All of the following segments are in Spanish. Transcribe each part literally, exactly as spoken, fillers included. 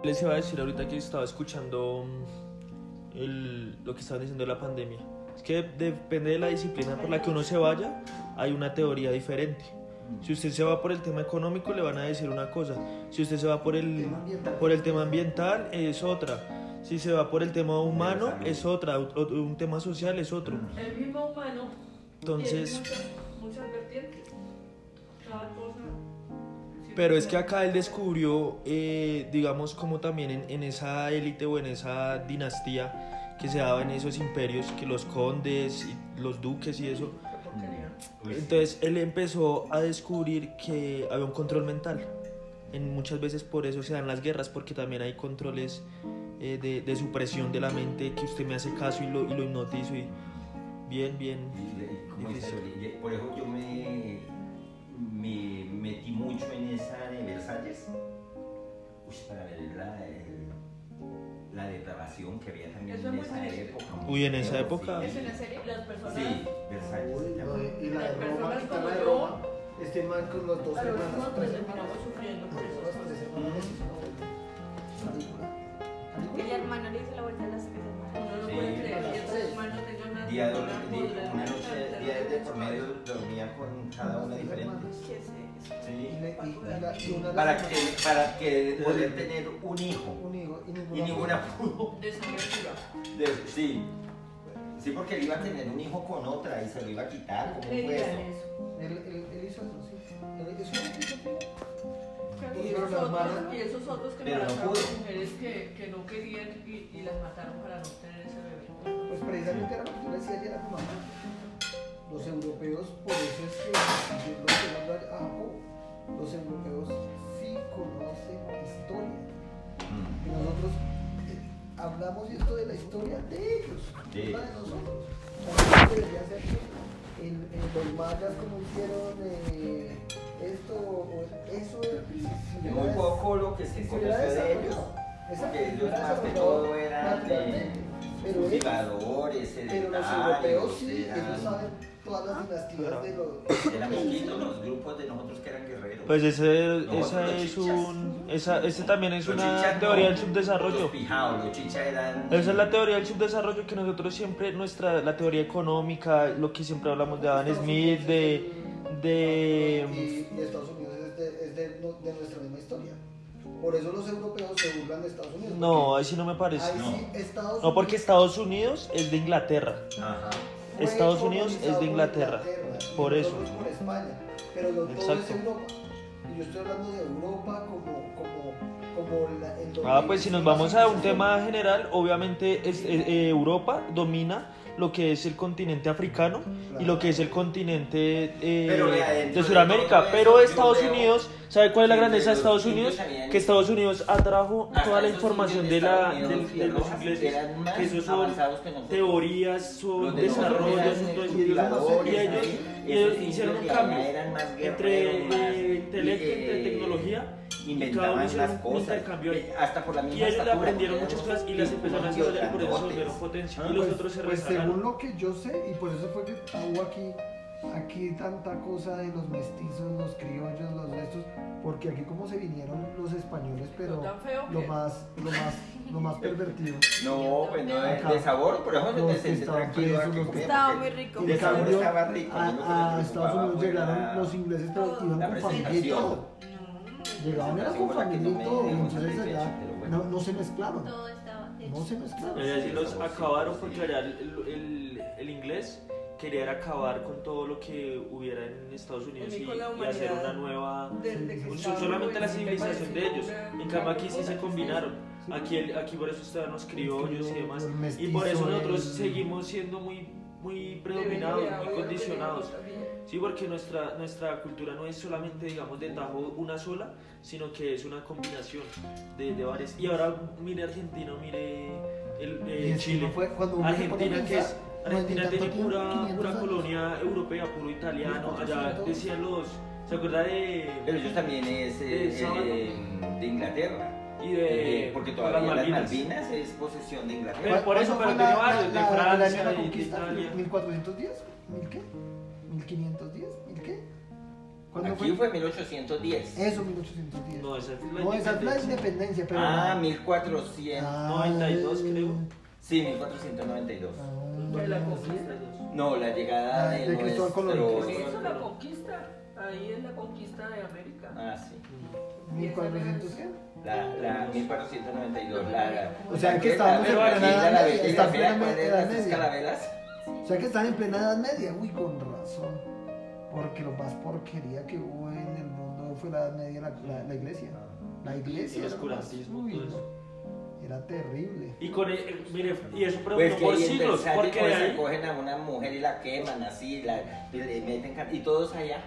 Les iba a decir ahorita que estaba escuchando el, lo que estaban diciendo de la pandemia. Es que depende de la disciplina por la que uno se vaya, hay una teoría diferente. Si usted se va por el tema económico, le van a decir una cosa. Si usted se va por el, por el tema ambiental, es otra. Si se va por el tema humano, es otra. Un tema social es otro. El mismo humano Entonces, tiene muchas, muchas vertientes. Cada cosa. pero es que acá él descubrió, eh, digamos, como también en, en esa élite o en esa dinastía que se daba en esos imperios, que los condes y los duques y eso. Entonces él empezó a descubrir que había un control mental. En muchas veces por eso se dan las guerras, porque también hay controles eh, de, de supresión de la mente, que usted me hace caso y lo, y lo hipnotizo y bien, bien difícil. Por eso yo me, me metí mucho en esa de Versalles. Uy, para ver la, el, la depravación que había también Eso en es esa muy época. Uy, en esa época. ¿Es una serie? Las personas. Sí, Versalles se llama. Y la de Las Roma, personas quitar como la de yo, Roma, este man con los dos a los hermanos, mismos tres nos hermanos, terminamos sufriendo por los esas dos cosas. hermanos, les hizo una película. El hermano le hizo la vuelta a las tres Uno hermanas. no Sí. puede creer que el ser humano tenga una Día, una dor- di- podredumbre una noche, tan día de terrible. por medio dormía con cada una diferente. ¿Qué es eso? Y, Sí. le- y, y la, y una de Para las que, para que poder tener un hijo. un hijo y ninguna, Y ninguna pudo. De sangre pura. De- sí. Sí, porque él iba a tener un hijo con otra y se lo iba a quitar. ¿Cómo fue Creían eso? eso. Él, él, él hizo eso, sí. Él, eso lo hizo, sí. Y Pero esos, la otros, hermana- y esos otros que Pero no embarazaron pudo. mujeres que, que no querían y, y las mataron para no tener ese bebé. Pues precisamente era lo que yo le decía ayer a tu mamá. Los europeos, por eso es que, si yo lo llevando a Japón, los europeos sí conocen historia. Y nosotros eh, hablamos esto de la historia de ellos, Sí. no la de nosotros. Entonces debería ser que en, en los mayas como hicieron eh, esto, o eso si Es hubiera- muy poco lo que se si conoce hubiera de ellos. desarrollado, exacto, Porque si ellos hubiera más que desarrollado todo eran naturalmente. eh, Pero ellos- cultivadores, pero los sedentarios, europeos sí, ellos eran, saben todas las dinastías de los... eran poquitos los grupos de nosotros que eran guerreros. Pues ese, Nosotros esa los es chichas. un, esa, ese también es Los una chichas no, teoría del Los subdesarrollo. pijaos, los chichas eran... Esa es la teoría del subdesarrollo que nosotros siempre, nuestra, la teoría económica, lo que siempre hablamos de Adam Smith, de, de, Y, y Estados Unidos es, de, es de, no- de nuestra misma historia. Por eso los europeos se burlan de Estados Unidos. no, ahí sí no me porque parece. ahí no. sí Estados Unidos No, porque Estados Unidos es de Inglaterra. Ajá. fue Estados Unidos colonizado es de por Inglaterra, y por eso. nosotros por España, pero lo, todo Exacto. es Europa. Y yo estoy hablando de Europa como, como, como la, en lo Ah, que pues si es nos la vamos a un civilización. tema general, obviamente es, eh, eh, Europa domina lo que es el continente africano y lo que es el continente eh, Pero vea, dentro de de Sudamérica, todo eso, pero yo Estados veo Unidos, ¿sabe cuál es la que grandeza de los Estados indios Unidos? habían- Que Estados Unidos atrajo Hasta toda la esos información indios de, de la, Estados Unidos, del- de los Rojas, ingleses, eran más que esos son avanzados que nosotros. teorías, son Los de nosotros desarrollos, eran son todo eso. cultivadores, y ellos, ¿sí? y ellos Esos hicieron un indios de cambio allá eran más entre guerreros, más, eh, intelecto, eh, entre tecnología. Y cada uno inventaban hicieron las un cosas, intercambio ahí. eh, hasta por la misma Y ellos le estatura, aprendieron porque muchas eran cosas y las empezaron a indios desarrollar y por eso se grandotes. volvieron potencia. Ah, Y los pues, otros se pues según rezagaron. lo que yo sé, y por eso fue que hubo aquí, aquí tanta cosa de los mestizos, los criollos, los estos, porque aquí como se vinieron los españoles, pero No tan feo lo que- más, lo más, lo más pervertido. No, pues no, de, Acá. de sabor, por eso Los se que senté estaban tranquilo presos, aquí los que- comiendo, Estaba porque muy rico. Y de en sabor cambio, estaba rico. a, lo que me a Estados preocupaba Unidos fue llegaron la- los ingleses, pero iban la con familia y presentación. todo. Llegaban era con familia y todo, y entonces allá no, no se mezclaron, Todo estaba no se mezclaron. Y así los acabaron porque allá el, el, el inglés quería era acabar con todo lo que hubiera en Estados Unidos Y y, con la y hacer humanidad. una nueva... Desde que so- estaba solamente la muy civilización de ellos. parecida En cambio aquí sí se una combinaron. Aquí, el- aquí por eso estaban los criollos y demás. El mestizo, Y por eso nosotros el- seguimos siendo muy, muy predominados, muy condicionados. Sí, porque nuestra, nuestra cultura no es solamente, digamos, de tajo una sola, sino que es una combinación de, de varias. Y ahora mire Argentina, mire el, eh, Y es que Chile. no fue- cuando uno se pone a Argentina, que es, pensar, no es Argentina ni tiene tanto pura, tiempo, pura quinientos colonia europea, puro italiano. Allá decían los... ¿Se acuerda de...? Pero ellos también es eh, de sábado. eh, de Inglaterra. Y de... Eh, porque las todavía las Malvinas. Malvinas es posesión de Inglaterra. Pero por eso, ¿Cuándo pero fue tiene varios, de la, Francia, el año de la de conquista? Italia. ¿mil cuatrocientos diez? ¿mil qué? ¿mil quinientos diez? ¿mil qué? ¿Cuándo Aquí fue mil ochocientos diez. Eso, mil ochocientos diez. No, esa es la No, esa es la independencia. independencia, pero. Ah, mil cuatrocientos noventa y dos, creo. Sí, mil cuatrocientos noventa y dos. Ah, De la sí. conquista. No, la llegada Ah, de, de Cristóbal Colón. Por nuestros... eso la conquista. Ahí es la conquista de América. Ah, sí. ¿mil cuatrocientos qué? La, la mil cuatrocientos noventa y dos, la, la, O sea, que la- estábamos pero en aquí plena la Edad bella Media, y está la en fea, plena ¿cuál es Edad las Media. escalavelas? O sea que están en plena Edad Media. Uy, con razón. Porque lo más porquería que hubo en el mundo fue la Edad Media, la, la, la iglesia. La iglesia. El era lo más- oscurantismo, uy, todo eso. no. Era terrible. Y con el, mire, y eso Pues preguntó que por ahí en siglos, Versalles, porque pues, de se ahí, cogen a una mujer y la queman así, la, y le meten can- y todos allá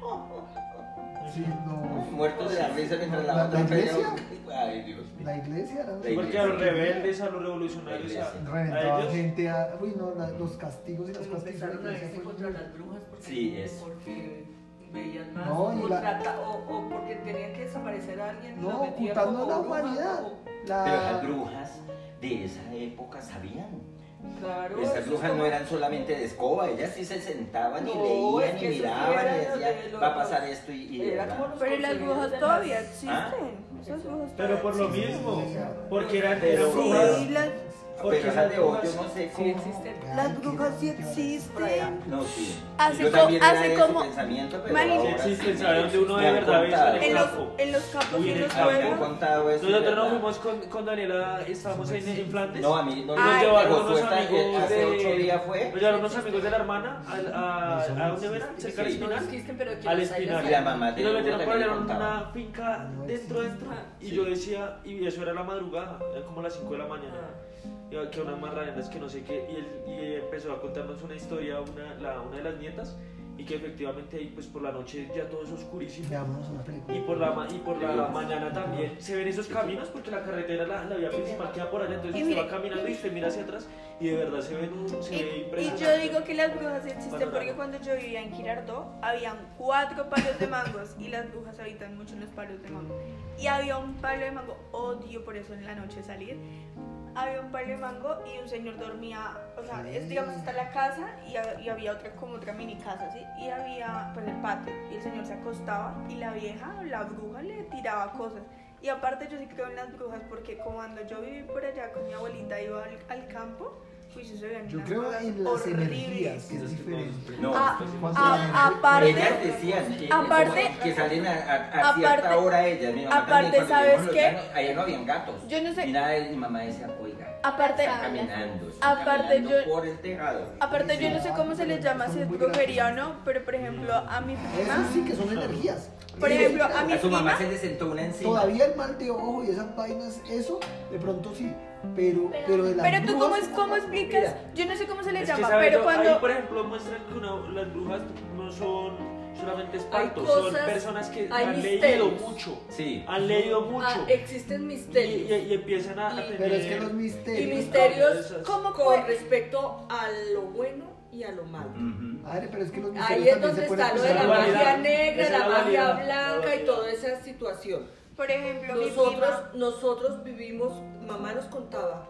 Sí, no. muertos de la risa mientras la, ¿La- otra la pelea. iglesia? Ay, Dios mío. La iglesia era. La porque a los rebeldes, a los revolucionarios, La a, iglesia. a Reventaba ellos, gente a. Uy, no, la- los castigos y los Como castigos. de la empezaron a iglesia irse fue- contra las brujas porque, Sí, es. porque veían más No, y o, la- trata- o, o porque tenían que desaparecer a alguien y No, lo metían ocultando como la bruja, humanidad. como- La- Pero las brujas de esa época sabían. Claro, Esas eso es brujas como- no eran solamente de escoba, ellas sí se sentaban y No, leían es que y eso sí miraban era y de decían, los- va a pasar esto y, y de era verdad. como los Pero las brujas consejeros de todavía las- existen. ¿Ah? Esas brujas pero todavía por lo existen. mismo, Sí. porque eran, Pero- eran Sí, brujas, las, porque Pero esas esas de hoy brujas- yo no sé Sí cómo. existen. las Ay, brujas sí qué- existen. No, sí. Hace Yo co- también era hace de como- ese pensamiento, pero Imagínate. ahora Sí existen, sí ¿sabe me- dónde uno me de han verdad ve contado. eso? En los, campo. en los campos Uy, y en en el los campo. Me han pueblos. contado eso. Nosotros de nos verdad. fuimos con, con Daniela, estábamos en, en Flandes. No, a mí no Nos Ay, llevaron Josué unos está- amigos hace de... ocho días fue. Nos llevaron unos amigos de la hermana a, a, a ¿dónde era? Cerca del Sí. No Espinal. existen, pero que Al los hay, Espinal. los Y la hay. mamá Y de nos uno metieron por allá también en contaba. una finca No dentro, existe. dentro. Y Sí. yo decía, y eso era la madrugada, era como las cinco de la mañana. Ah. Y que unas marraneras que no sé qué. Y él, y empezó a contarnos una historia, una, la, una de las nietas. Y que efectivamente ahí, pues por la noche ya todo es oscurísimo. Veámonos una película. Y por la, ma- y por la mañana también se ven esos caminos porque la carretera, la, la vía principal queda por allá, entonces Y usted mire- va caminando y usted mira hacia atrás y de verdad se ven un, se ve Y, y impresionante. yo digo que las brujas sí existen Panorama. porque cuando yo vivía en Girardot habían cuatro palos de mangos y las brujas habitan mucho en los palos de mango. Y había un palo de mango, odio por eso en la noche salir. Había un palo de mango y un señor dormía, o sea, es, digamos está la casa y, ha- y había otra como otra mini casa, ¿sí? Y había pues el patio y el señor se acostaba y la vieja, la bruja le tiraba cosas. Y aparte yo sí creo en las brujas porque como cuando yo viví por allá con mi abuelita iba al, al campo, pues eso se veían Yo unas creo cosas en las horribles. energías, que es diferente. No, Ah, ¿Cuánto ah, la energía? aparte- ellas decían que, aparte- que salen a, a- a aparte- cierta hora ellas. Mi mamá aparte, también, cuando ¿sabes vivimos los qué? llanos, allá no habían gatos. Yo no sé- Ni nada, y mi mamá decía, oiga, Aparte, están caminando, están aparte caminando yo- por el tejado. aparte yo no sé cómo se les llama si es brujería o no, pero por ejemplo a mi Eso prima, sí que son energías. por Sí, ejemplo a mi A su mamá prima, se le sentó una encima. Todavía el mal de ojo y esas vainas, eso, de pronto sí. Pero, pero de las pero tú cómo, brujas, es, cómo explicas, mira, yo no sé cómo se les Es que, llama, ¿sabe? pero Yo- cuando... Ahí, por ejemplo, muestran que una- las brujas no son solamente espantos, Hay son cosas, personas que hay han misterios. leído mucho. Sí. Han leído Ah, mucho. existen y, misterios. y- y empiezan a, a Y- tener... Pero es que los Y misterios. misterios ¿Cómo con puede- respecto a lo bueno y a lo malo. Ujú. Madre, pero es que los misterios Ahí es también donde se pueden está lo de la Esa es explicar. dualidad. magia negra, Esa es la la magia dualidad, la blanca y dualidad. toda esa situación. Por ejemplo mi Nosotros, prima, nosotros vivimos, mamá nos contaba,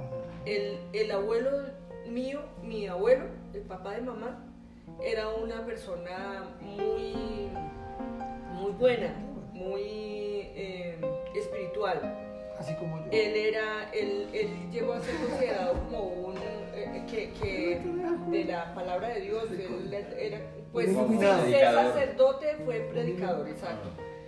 el, el abuelo mío, mi abuelo, el papá de mamá, era una persona muy, muy buena, muy eh, espiritual. Así como yo. Él era, él, él llegó a ser considerado como un, eh, que, que de la palabra de Dios, él era, pues, Un sin iluminado. ser Predicador. sacerdote, fue predicador, exacto.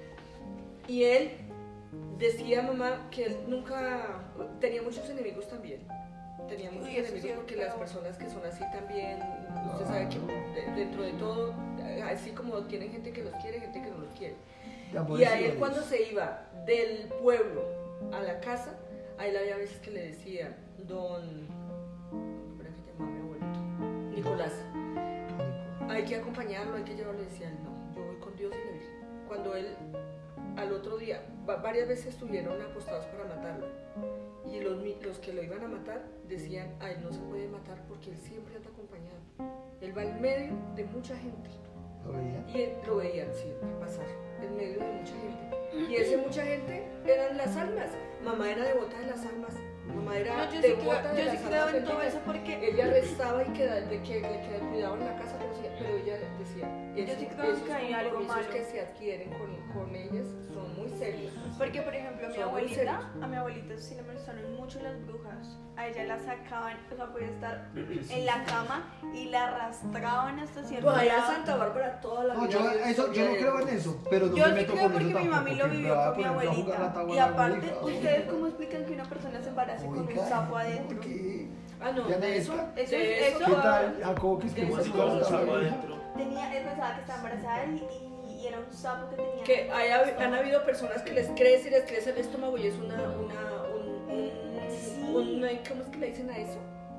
Y él decía, mamá, que él nunca, tenía muchos enemigos también. Tenía muchos Uy, eso enemigos sí es porque las feo. personas que son así también, usted sabe que de- dentro de todo, así como tienen gente que los quiere, gente que no los quiere. De amor Y a él civiles. cuando se iba del pueblo a la casa, a él había veces que le decía, don, ¿cómo era que llamaba mi abuelito? Nicolás, hay que acompañarlo, hay que llevarlo. Y decía él, no, yo voy con Dios y la Virgen. Cuando él, al otro día, va- varias veces estuvieron apostados para matarlo. Y los, mi- los que lo iban a matar decían, a él no se puede matar porque él siempre anda acompañado. Él va en medio de mucha gente. ¿Lo veían? Y él- lo veían siempre pasar en medio de mucha gente. Y ese mucha gente eran las almas. Mamá era devota de las almas. Mamá mamá era No, yo sí devota creo, de yo las sí creo almas en todo benditas. eso porque Ella rezaba y que, de que le quedaba cuidado en la casa, pero, sí- pero ella decía, Yo esos, sí creo esos que hay algo compromisos malo. que se adquieren con, con ellas son muy serios. Porque, por ejemplo, a mi Son muy abuelita, serios. a mi abuelita sí le molestaron mucho las brujas. A ella la sacaban, o sea, podía estar en la cama y la arrastraban hasta cierto Pues allá en lado. Santa Bárbara toda la No, vida. yo, ha habido eso, yo historia no de- creo en eso, pero no Yo me sí meto creo con porque eso mi mami tampoco, lo que vivió va, con por mi ejemplo, a jugar abuelita. la tabla Y a la aparte, Ouija. ¿ustedes cómo explican que una persona se embarace con un Oiga, sapo adentro? ¿qué? Ah, no, Ya de nadie eso, está. Eso de es- eso, eso- ¿Qué tal, Jacobo, que es que Eso juega Así es con como la un tabla sapo a la Ouija? adentro. Tenía, él pensaba que estaba embarazada y, y, y era un sapo que tenía. que hay, hab- han habido personas que les crece y les crece el estómago y es una, una, un, un, Sí. un- ¿cómo es que le dicen a eso?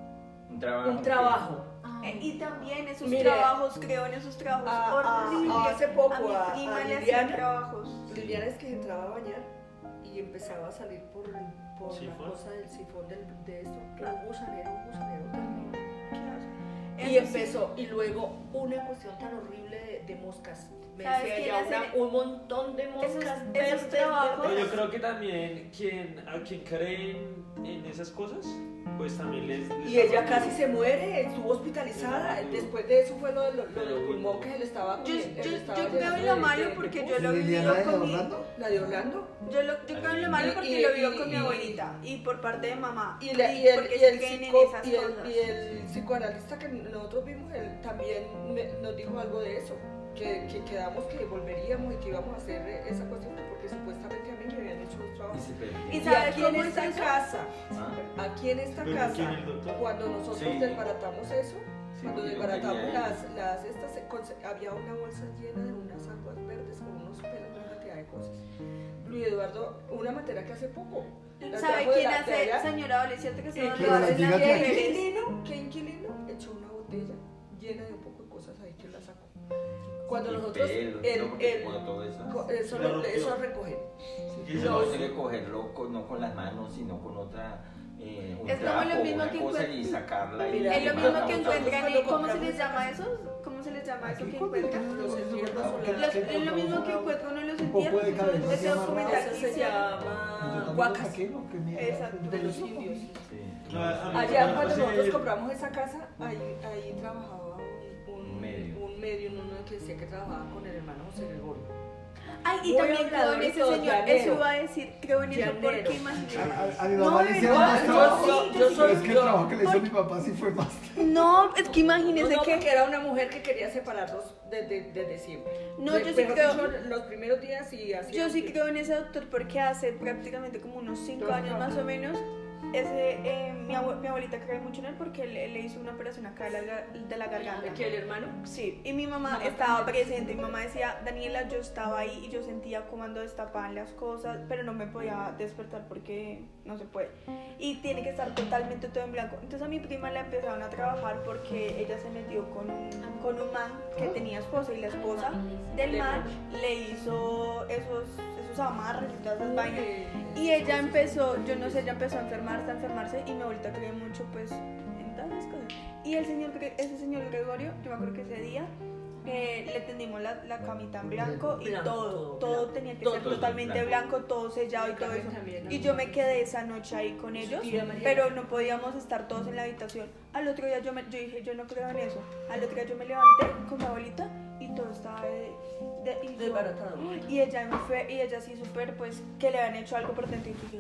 Un trabajo. Un trabajo. Eh, y también esos Mire, trabajos, creo en esos trabajos a- a- horribles. a- hace poco a mi a- prima a le hacían Liliana. trabajos. Liliana es que entraba a bañar y empezaba a salir por, por la ¿Sifón? cosa del sifón del, de esto. Un gusanero, un gusanero también. Qué asco. Y Eso sí. empezó, y luego una cuestión tan horrible de, de moscas. Me ¿Sabes decía quién ella, hace- una- un montón de Esos- moscas esos verdes, trabajos- Pero verdes. yo creo que también quien, a quien creen en esas cosas, pues también les... les Y ella da casi más se muere, estuvo hospitalizada. Pero- Después de eso fue lo, lo, lo Pero- del pulmón que se le estaba Yo, comiendo- yo, le estaba yo creo llenando en lo de- malo de- de porque pus. yo lo he ¿Liliana vivido de con mi... Orlando? La de Orlando. Yo, lo, yo creo en lo malo Y- porque y- lo vivo y- con mi y- abuelita y por parte de mamá. Y, la- y el, porque y, sí el creen en psico- esas y, el, cosas. y el psicoanalista que nosotros vimos, él también me- nos dijo algo de eso. Que, que quedamos que volveríamos y que íbamos a hacer esa cuestión porque supuestamente a mí me habían hecho los Y trabajos. se perdió. ¿Y Y sabes aquí en cómo es esta eso? casa, Ah, aquí en esta ¿Pero casa, quién, el doctor? cuando nosotros Sí. desbaratamos eso, sí, cuando yo desbaratamos quería las, ir. las estas, se conse- había una bolsa llena de unas aguas verdes con unos pelos, una cantidad de cosas. Luis Eduardo, una materia que hace poco. la ¿Sabe trajo de quién la- de hace, allá. señora adolescente, que se ¿Y llama Pero las Lourdes diga ¿Qué que- Pérez? inquilino, qué inquilino echó una botella llena de un poco de cosas ahí que la sacó? Cuando Y nosotros, pelos, el, no, porque el- como todo eso. co- eso, Lo lo- rompió. eso recogen. Y No, eso- hay que cogerlo con- no con las manos, sino con otra. Eh, un Es como trapo, lo mismo una que cosa encuent- y sacarla. y Mira, Es lo quemarla. mismo que Nosotros encuentran, cuando en- ¿cómo se compramos les esa llama casa- eso? ¿Cómo se les llama eso Aquí que cuando encuentran? Los nosotros entierros compramos, solares. Los- es lo mismo que encuentran uno en los Un poco de entierros. cabeza Ese así documental amarrada. que Eso se hicieron. Yo llama también huacas. lo saqué, ¿no? Que me- Exacto. De los indios. Sí. No, a- a mí- Allá Bueno, cuando pues, nosotros eh, compramos esa casa, ahí, ahí trabajaba un, un, Un medio. un medio, uno que decía que trabajaba con el hermano José Gregorio. Ay, y Muy también creo en hablador y ese todo, señor. llanero. Eso iba a decir, creo en eso Llanero. porque A, imagínate. a- a mi No, mamá de le hicieron verdad, más yo trabajo. sí, yo Pero soy- es que el yo- trabajo que le hizo a mi papá sí fue más. No, es que imagínese No, no, que. porque era una mujer que quería separarlos desde, desde siempre. No, De- yo sí mejor creo- dicho, los primeros días y así. Yo sí creo en ese doctor porque hace prácticamente como unos cinco años más o menos, ese, eh, mi, abue- mi abuelita cree mucho en él porque le, le hizo una operación acá de la, ga- de la garganta. ¿Que el hermano? Sí, y mi mamá Mamá estaba también. presente, mi mamá decía, Daniela, yo estaba ahí y yo sentía cuando destapaban las cosas, pero no me podía despertar porque no se puede. Y tiene que estar totalmente todo en blanco. Entonces a mi prima la empezaron a trabajar porque ella se metió con un, con un man que tenía esposa y la esposa del man le hizo esos, esos amarres y todas esas vainas. Y ella empezó, yo no sé, ella empezó a enfermarse, a enfermarse y mi abuelita cree mucho pues en todas esas cosas. Y el señor, Gre- ese señor Gregorio, yo me acuerdo que ese día eh, le tendimos la, la camita en blanco y Blanco, todo, todo todo blanco. tenía que Todo ser blanco. totalmente blanco, todo sellado y todo eso. También, Y yo me quedé esa noche ahí con ellos, Tía María. pero no podíamos estar todos en la habitación. Al otro día yo, me, yo dije, yo no creo en eso. Al otro día yo me levanté con mi abuelita y todo estaba de... de- y yo- Desbaratado. y ella me fue, y ella sí súper, pues, que le habían hecho algo por dentro. Y yo,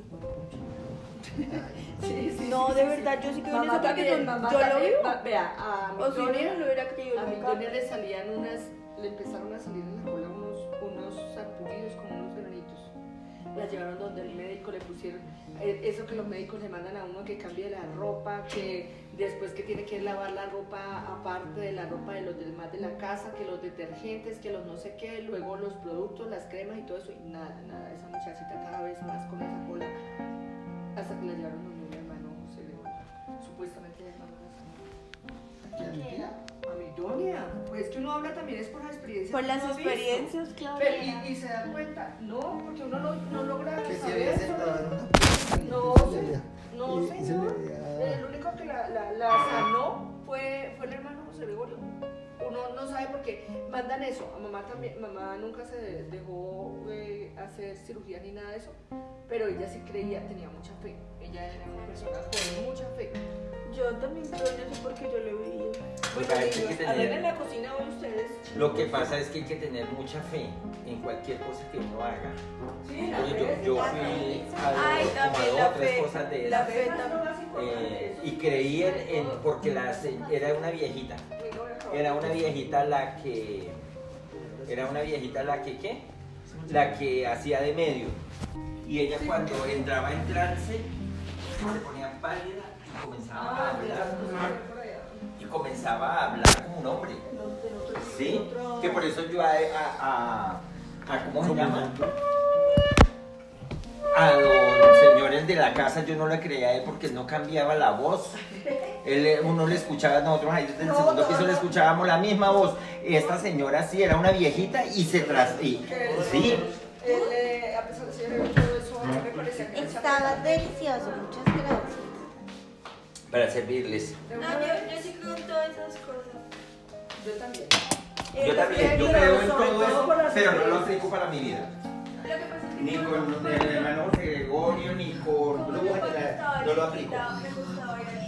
Sí, sí, no, sí, de sí, verdad, sí. yo sí creo en Mamá eso porque también, son- mamá yo lo también, vivo. va- Vea, a mi O si no, Tonia- no lo hubiera creído a mi nunca. Tonia le salían unas, le empezaron a salir en la cola unos, unos sarpullidos como unos granitos. La llevaron donde el médico le pusieron, eh, eso que los médicos le mandan a uno que cambie la ropa, que después que tiene que lavar la ropa aparte de la ropa de los demás de la casa, que los detergentes, que los no sé qué, luego los productos, las cremas y todo eso, y nada, nada, esa muchachita cada vez más con esa cola, hasta que la llevaron donde mi hermano José Gregorio, supuestamente le mandaron a ¿Quién? ¿Tía? a mi Donia, pues que uno habla también es por las experiencias. Por que las uno ha visto. experiencias, claro. Pero, y, y se da cuenta, no, porque uno no, no logra Que se saber había eso. sentado en una No, y se se- veía- no, y- y se le señor. veía- El único que la, la, la sanó fue, fue el hermano José Gregorio. Uno no sabe por qué mandan eso. A mamá también, mamá nunca se dejó eh, hacer cirugía ni nada de eso, pero ella sí creía, tenía mucha fe. Ella era una persona con mucha fe. Yo también creo en eso porque yo lo veía. Bueno, Hay que niños, tener- a ver en la cocina hoy ustedes. Lo que pasa es que hay que tener mucha fe en cualquier cosa que uno haga. Sí, la Oye, fe yo, yo es fui Ay, a, como a también dos la o tres fe. cosas de La esas. fe es lo también. más importante. Eh, y creí en, en- porque la, se- era una viejita. Era una viejita la que. Era una viejita la que, ¿qué? La que hacía de medio. Y ella cuando entraba en trance, se ponía pálida y comenzaba a hablar. Y comenzaba a hablar como un hombre. ¿Sí? Que por eso yo a. a, a, a ¿cómo se llama? A los señores de la casa yo no le creía a él porque él no cambiaba la voz. Él, eh, uno le escuchaba, nosotros ahí desde el No, segundo no, piso no. le escuchábamos la misma voz. Esta señora sí era una viejita y se tras... y- sí, Él, eh, a pesar de ser todo eso, me parecía que Estaba delicioso, muchas gracias. para servirles. No, yo, yo sí creo en todas esas cosas. Yo también. Yo también, yo creo en todo eso, pero no lo aplico para mi vida. Lo que pasa es que Ni yo- con el hermano Gregorio, ni con Yo brujas, cuando estaba no lo aplico. chiquita me gustaba ir al